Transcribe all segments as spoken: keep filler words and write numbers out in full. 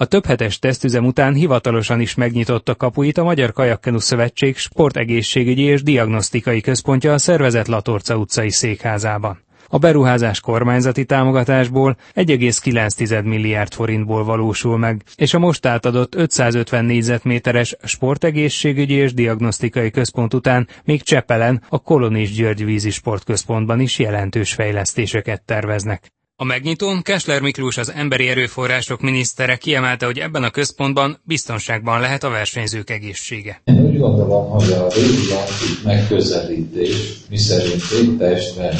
A többhetes tesztüzem után hivatalosan is megnyitotta kapuit a Magyar Kajakkenu Szövetség sportegészségügyi és diagnosztikai központja a szervezet Latorca utcai székházában. A beruházás kormányzati támogatásból egy egész kilenc milliárd forintból valósul meg, és a most átadott ötszázötven négyzetméteres sportegészségügyi és diagnosztikai központ után még Csepelen, a Kolonis György vízi sportközpontban is jelentős fejlesztéseket terveznek. A megnyitón Kessler Miklós, az emberi erőforrások minisztere kiemelte, hogy ebben a központban biztonságban lehet a versenyzők egészsége. Én úgy gondolom, hogy a régi antik megközelítés, miszerint léttestben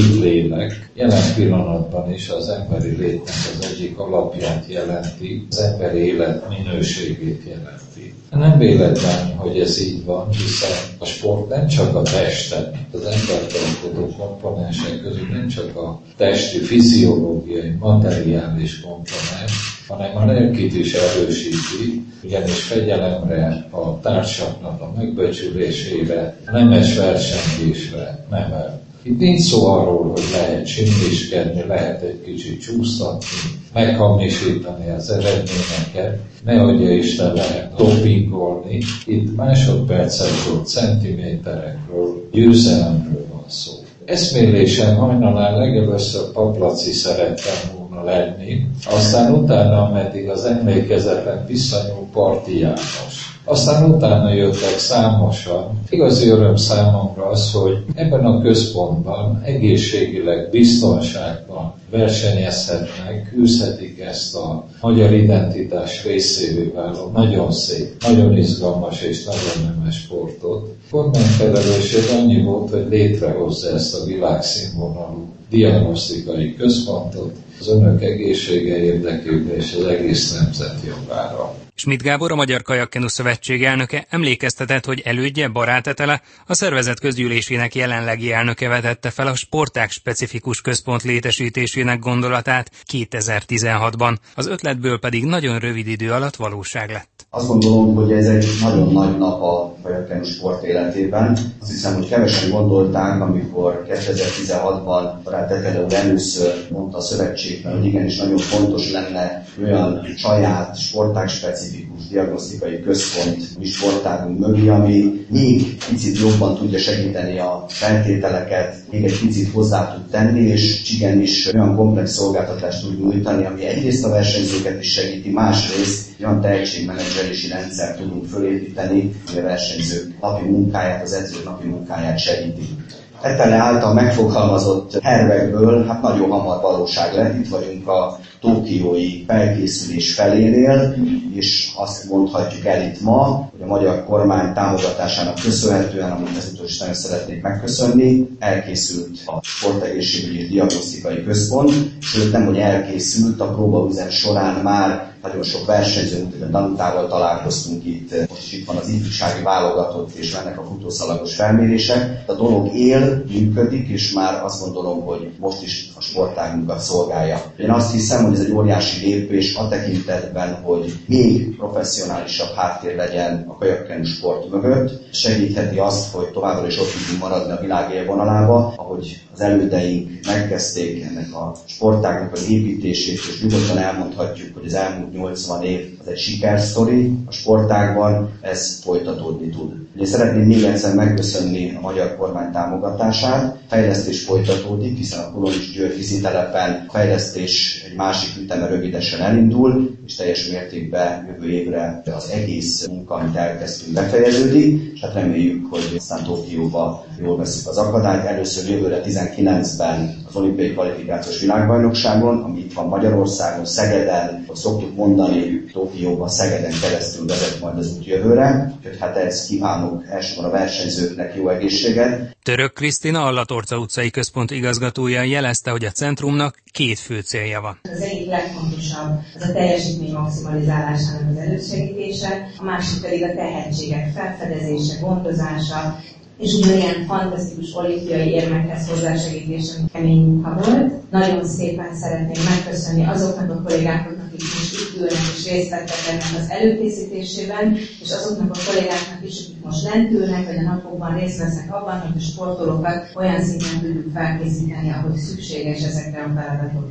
lélek, jelen pillanatban is az emberi létnek az egyik alapját jelenti, az emberi élet minőségét jelenti. Nem véletlen, hogy ez így van, hiszen a sport nem csak a testet, az embertartó komponensek közül nem csak a testi, fiziológiai, materiális komponens, hanem a lelkit is erősíti, ugyanis fegyelemre, a társaknak a megbecsülésére, a nemes versengésre nemel. Itt nincs szó arról, hogy lehet csimliskedni, lehet egy kicsit csúsztatni, meghamisítani az eredményeket, ne adja Isten, lehet dopingolni. Itt másodpercekről, centiméterekről, győzelemről van szó. Eszmélésem hajnalán legelőször Paplaci szerettem volna lenni, aztán utána, ameddig az emlékezetlen visszanyúl, Parti János. Aztán utána jöttek számosan. Igazi öröm számomra az, hogy ebben a központban egészségileg, biztonságban versenyezhetnek, űzhetik ezt a magyar identitás részévé váló nagyon szép, nagyon izgalmas és nagyon nemes sportot. Kormányfelelősség annyi volt, hogy létrehozza ezt a világszínvonalú diagnosztikai központot az önök egészsége érdekében és az egész nemzet javára. Schmidt Gábor, a Magyar Kajakkenu Szövetség elnöke emlékeztetett, hogy elődje, Barát Etele, a szervezet közgyűlésének jelenlegi elnöke vetette fel a sportág specifikus központ létesítésének gondolatát kétezer-tizenhatban, az ötletből pedig nagyon rövid idő alatt valóság lett. Azt gondolom, hogy ez egy nagyon nagy nap a kajakkenu sport életében. Azt hiszem, hogy kevesen gondolták, amikor kétezer-tizenhatban Barát Etele úr először mondta a szövetségben, hogy igenis nagyon fontos lenne olyan saját sportág specifikus diagnosztikai központ mi sportágunk mögé, ami még picit jobban tudja segíteni a feltételeket, még egy picit hozzá tud tenni, és igenis olyan komplex szolgáltatást tud nyújtani, ami egyrészt a versenyzőket is segíti, másrészt olyan tehetségmenedzselési rendszert tudunk fölépíteni, hogy a versenyzők napi munkáját, az edzők napi munkáját segíti. Etele által megfogalmazott tervekből hát nagyon hamar valóság lett. Itt vagyunk a tokiói felkészülés felénél, és azt mondhatjuk el itt ma, hogy a magyar kormány támogatásának köszönhetően, amit ezúttal is nagyon szeretnék megköszönni, elkészült a sportegészségügyi és diagnosztikai központ, sőt nem, hogy elkészült, a próbaüzem során már nagyon sok versenyző, mint Danutával találkoztunk itt, most is itt van az ifjúsági válogatott, és mennek a futószalagos felmérések. A dolog él, működik, és már azt gondolom, hogy most is a sportágunkat szolgálja. Én azt hiszem, hogy ez egy óriási lépés a tekintetben, hogy még professzionálisabb háttér legyen a kajakkenu sport mögött, segítheti azt, hogy továbbra is ott tudjunk maradni a világ élvonalába, ahogy az elődeink megkezdték ennek a sportágnak az építését, és nyugodtan elmondhatjuk, hogy az elmúlt nyolcvan év az egy sikersztori a sportágban, ez folytatódni tud. Ugye szeretném még egyszer megköszönni a magyar kormány támogatását, fejlesztés folytatódik, hiszen a Kolonis György vízitelepen a fejlesztés egy másik üteme rövidesen elindul, és teljes mértékben jövő évre az egész munka, amit elkezdtünk, befejeződik, és hát reméljük, hogy aztán Tokióba jól veszük az akadályt. Először jövőre tizenkilencben az olimpiai kvalifikációs világbajnokságon, ami itt van Magyarországon, Szegeden, hogy szoktuk mondani, Tokióban, Szegeden keresztül vezet majd az út jövőre, úgyhogy hát ezt kívánok elsősorban a versenyzőknek jó egészséget. Török Krisztina, a Latorca utcai központ igazgatója jelezte, hogy a centrumnak két fő célja van. Az egyik legfontosabb az a teljesítmény maximalizálásának az elősegítése, a másik pedig a tehetségek felfedezése, gondozása, és ugyanilyen fantasztikus olimpiai érmekhez hozzásegítése kemény munka volt. Nagyon szépen szeretném megköszönni azoknak a kollégáknak, akik most itt ülnek és részt vettek ennek az előkészítésében, és azoknak a kollégáknak is, akik most lent ülnek, vagy a napokban részt vesznek abban, hogy a sportolókat olyan szinten tudjuk felkészíteni, ahogy szükséges ezekre a feladatokra.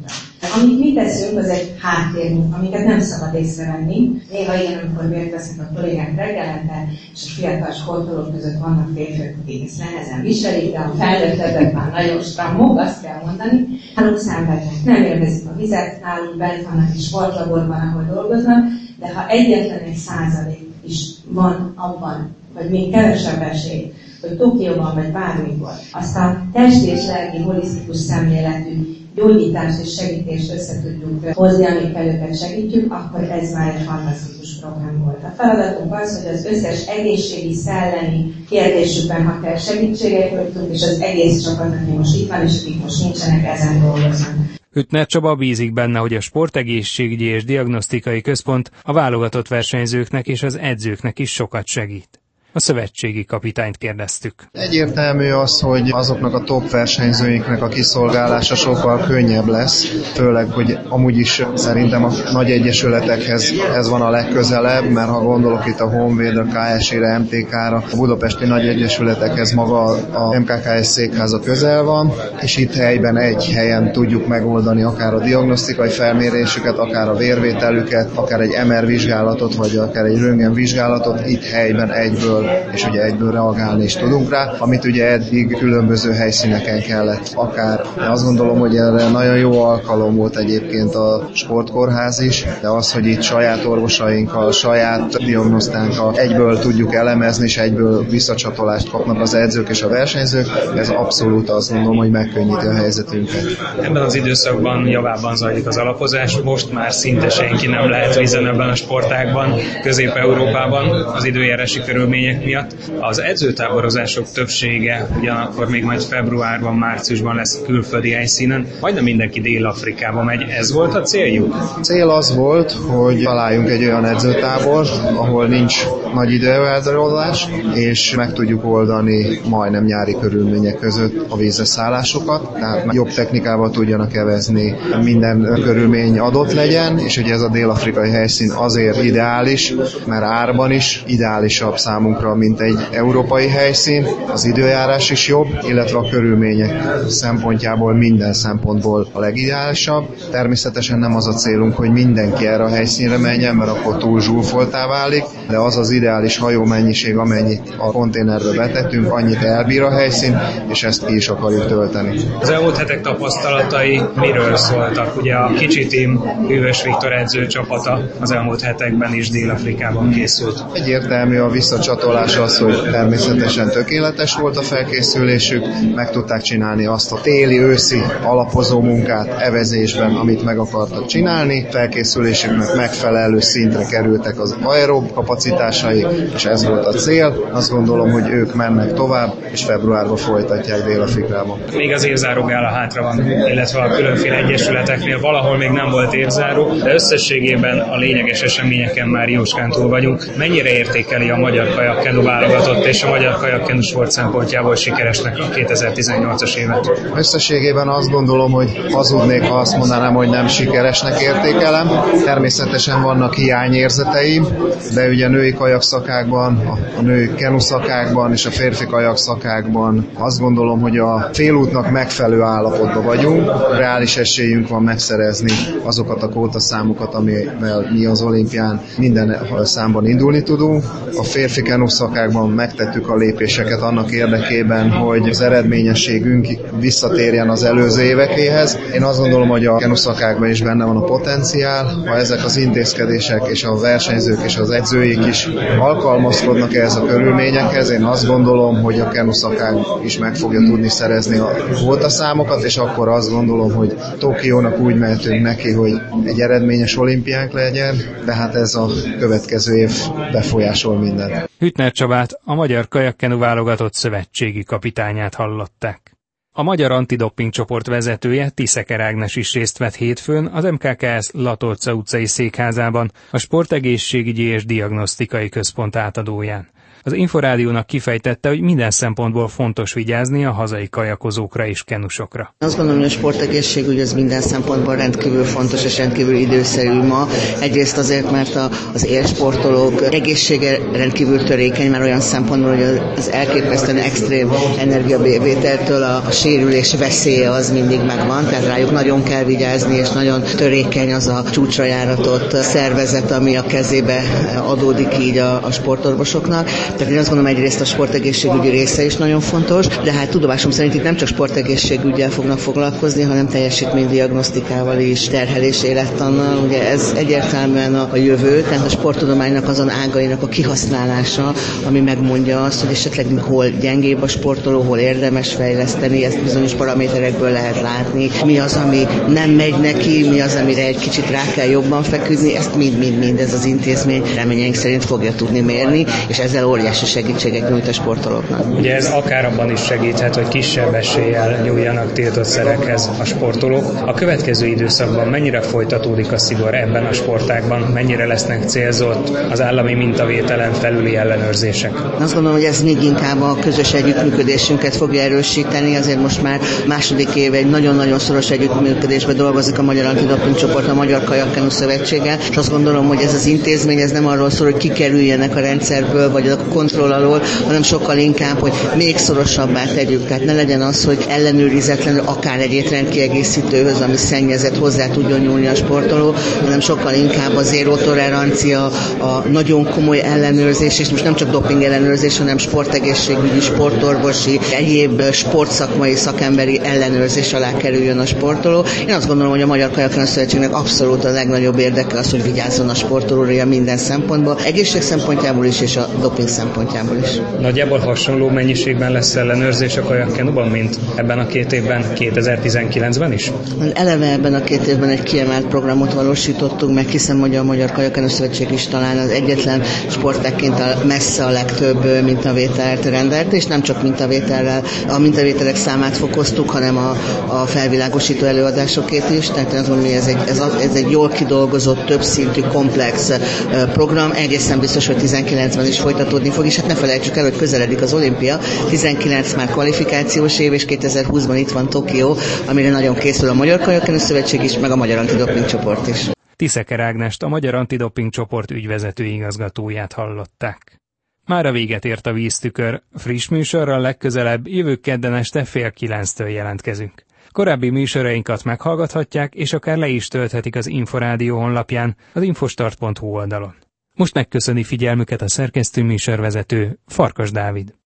Amit mi teszünk, az egy háttérünk, amiket nem szabad észrevenni. Néha igen, amikor vért vesznek a kollégák reggelente, és a fiatal sportolók között vannak férfiak, akik ezt nehezen viselik, de a felnőttebbek már nagyon stramok, azt kell mondani, nálunk szenvednek, nem élvezik a vizet, nálunk bent vannak egy sportlaborban, ahol dolgoznak, de ha egyetlen egy százalék is van abban, vagy még kevesebb esély, hogy Tokióban vagy bármikor azt a testi és lelki holisztikus szemléletű gyógyítást és segítést össze tudjuk hozni, amikkel őket segítjük, akkor ez már egy fantasztikus program volt. A feladatunk az, hogy az összes egészségi, szellemi kérdésükben, ha kell segítséget nyújtunk, és az egész csapat, aki most itt van, és akik most nincsenek, ezen dolgoznak. Hüttner Csaba bízik benne, hogy a Sportegészségügyi és Diagnosztikai Központ a válogatott versenyzőknek és az edzőknek is sokat segít. A szövetségi kapitányt kérdeztük. Egyértelmű az, hogy azoknak a top versenyzőinknek a kiszolgálása sokkal könnyebb lesz, főleg, hogy amúgy is szerintem a nagy egyesületekhez ez van a legközelebb, mert ha gondolok itt a Honvéd, a ká es i-re, em té ká-ra, a budapesti nagy egyesületekhez maga a em ká ká es székháza közel van, és itt helyben egy helyen tudjuk megoldani akár a diagnosztikai felmérésüket, akár a vérvételüket, akár egy em er vizsgálatot, vagy akár egy röntgen vizsgálatot, itt helyben egyből és ugye egyből reagálni is tudunk rá, amit ugye eddig különböző helyszíneken kellett akár. De azt gondolom, hogy erre nagyon jó alkalom volt egyébként a sportkórház is, de az, hogy itt saját orvosainkkal, saját diagnosztánkkal egyből tudjuk elemezni, és egyből visszacsatolást kapnak az edzők és a versenyzők, ez abszolút azt gondolom, hogy megkönnyíti a helyzetünket. Ebben az időszakban javában zajlik az alapozás, most már szinte senki nem lehet vízen ebben a sportágban, Közép-Európában az időjárási körülmények miatt. Az edzőtáborozások többsége ugyanakkor még majd februárban, márciusban lesz külföldi helyszínen, majdnem mindenki Dél-Afrikába megy. Ez volt a céljuk? A cél az volt, hogy találjunk egy olyan edzőtábor, ahol nincs nagy időeldarolás, és meg tudjuk oldani majdnem nyári körülmények között a vízre szállásokat, tehát jobb technikával tudjanak evezni, minden körülmény adott legyen, és ugye ez a dél-afrikai helyszín azért ideális, mert árban is ideálisabb számunkra, mint egy európai helyszín, az időjárás is jobb, illetve a körülmények szempontjából minden szempontból a legideálisabb. Természetesen nem az a célunk, hogy mindenki erre a helyszínre menjen, mert akkor túl zsúfoltá válik, de az az ideális hajó mennyiség, amennyit a konténerbe betettünk, annyit elbír a helyszín, és ezt ki is akarjuk tölteni. Az elmúlt hetek tapasztalatai miről szóltak? Ugye a kicsi tím Hűvös Viktor edző csapata az elmúlt hetekben is Dél-Afrikában készült. Egyértelmű a visszacsatolás az, hogy természetesen tökéletes volt a felkészülésük, meg tudták csinálni azt a téli-őszi alapozó munkát evezésben, amit meg akartak csinálni. Felkészülésüknek megfelelő szintre kerültek az aerob kapacitásai, és ez volt a cél. Azt gondolom, hogy ők mennek tovább, és februárban folytatják Dél-Afrikában. Még az évzáró gála hátra van, illetve a különféle egyesületeknél valahol még nem volt évzáró, de összességében a lényeges eseményeken már jóskán túl vagyunk. Mennyire értékeli a magyar kajakkenu válogatott és a magyar kajakkenu sport szempontjából sikeresnek a kétezer-tizennyolcas évet? Összességében azt gondolom, hogy hazudnék, ha azt mondanám, hogy nem sikeresnek értékelem. Természetesen vannak hiányérzeteim, de ugye női kajakszakákban, a női kenuszakákban és a férfi kajakszakákban azt gondolom, hogy a félútnak megfelelő állapotban vagyunk. Reális esélyünk van megszerezni azokat a kótaszámokat, amivel mi az olimpián minden számban indulni tudunk. A férfi kenuszakákban megtettük a lépéseket annak érdekében, hogy az eredményességünk visszatérjen az előző évekéhez. Én azt gondolom, hogy a kenuszakákban is benne van a potenciál, ha ezek az intézkedések és a versenyzők és az edzőik is alkalmazkodnak ehhez a körülményekhez, én azt gondolom, hogy a kenuszakák is meg fogja tudni szerezni a kvótaszámokat, és akkor azt gondolom, hogy Tokiónak úgy mehetünk neki, hogy egy eredményes olimpiánk legyen, de hát ez a következő év befolyásol mindent. Hüttner Csabát, a magyar kajakkenu válogatott szövetségi kapitányát hallották. A magyar antidoping csoport vezetője, Tiszeker Ágnes is részt vett hétfőn az em ká ká es Latorca utcai székházában, a Sportegészségügyi és Diagnosztikai Központ átadóján. Az Inforádiónak kifejtette, hogy minden szempontból fontos vigyázni a hazai kajakozókra és kenusokra. Azt gondolom, hogy a sportegészségügy az minden szempontból rendkívül fontos és rendkívül időszerű ma. Egyrészt azért, mert a, az élsportolók egészsége rendkívül törékeny, már olyan szempontból, hogy az elképesztően extrém energiabevételtől a, a sérülés veszélye az mindig megvan, tehát rájuk nagyon kell vigyázni, és nagyon törékeny az a csúcsra járatott szervezet, ami a kezébe adódik így a, a sportorvosoknak. Tehát én azt gondolom, egyrészt a sportegészségügyi része is nagyon fontos, de hát tudomásom szerint itt nem csak sportegészségügyel fognak foglalkozni, hanem teljesítménydiagnosztikával is, terhelés élettannal. Ugye ez egyértelműen a, a jövő, tehát a sporttudománynak azon ágainak a kihasználása, ami megmondja azt, hogy esetleg hol gyengébb a sportoló, hol érdemes fejleszteni, ezt bizonyos paraméterekből lehet látni. Mi az, ami nem megy neki, mi az, amire egy kicsit rá kell jobban feküdni, ezt mind-mind-mind ez az intézmény reményeink szerint fogja tudni mérni, és ezzel óriási segítséget nyújt a sportolóknak. Ugye ez akár abban is segíthet, hogy kisebb eséllyel nyúljanak tiltott szerekhez a sportolók. A következő időszakban mennyire folytatódik a szigor ebben a sportágban, mennyire lesznek célzott az állami mintavételen felüli ellenőrzések? Azt gondolom, hogy ez még inkább a közös együttműködésünket fogja erősíteni, azért most már második éve egy nagyon-nagyon szoros együttműködésben dolgozik a Magyar Antidoping Csoport, a Magyar Kajakkenu Szövetséggel, és azt gondolom, hogy ez az intézmény ez nem arról szól, hogy kikerüljenek a rendszerből, vagy a kontroll alól, hanem sokkal inkább, hogy még szorosabbá tegyük. Tehát ne legyen az, hogy ellenőrizetlenül akár egy étrendkiegészítőhöz, ami szennyezett, hozzá tudjon nyúlni a sportoló, hanem sokkal inkább a zéró tolerancia, a nagyon komoly ellenőrzés, és most nem csak doping ellenőrzés, hanem sportegészségügyi, sportorvosi, egyéb sportszakmai, szakemberi ellenőrzés alá kerüljön a sportoló. Én azt gondolom, hogy a Magyar Kajakkenu Szövetségnek abszolút a legnagyobb érdeke az, hogy vigyázzon a sportolóra minden szempontból, egészség szempontjából is, és a doping szempontjából is. Nagyjából hasonló mennyiségben lesz ellenőrzés a kajakkenuban, mint ebben a két évben, kétezer-tizenkilencben is? Eleve ebben a két évben egy kiemelt programot valósítottunk meg, hiszem, hogy a Magyar Kajakkenu Szövetség is talán az egyetlen sportágként a messze a legtöbb mintavételt rendelt, és nem csak mintavétellel, a mintavételek számát fokoztuk, hanem a, a felvilágosító előadásokét is, tehát azt mondom, hogy ez egy, ez, a, ez egy jól kidolgozott, többszintű, komplex program, egészen biztos, hogy tizenkilencben is folytatódni fog, és hát ne felejtsük el, hogy közeledik az olimpia, tizenkilenc már kvalifikációs év, és kétezer-húszban itt van Tokió, amire nagyon készül a Magyar Kajakkenu Szövetség is, meg a Magyar Antidoping Csoport is. Tiszeker Ágnest, a Magyar Antidoping Csoport ügyvezető igazgatóját hallották. Mára véget ért a Víztükör, friss műsorral legközelebb jövő kedden este fél kilenctől jelentkezünk. Korábbi műsorainkat meghallgathatják, és akár le is tölthetik az Inforádió honlapján, az infostart pont hu oldalon. Most megköszöni figyelmüket a szerkesztő műsorvezető, Farkas Dávid.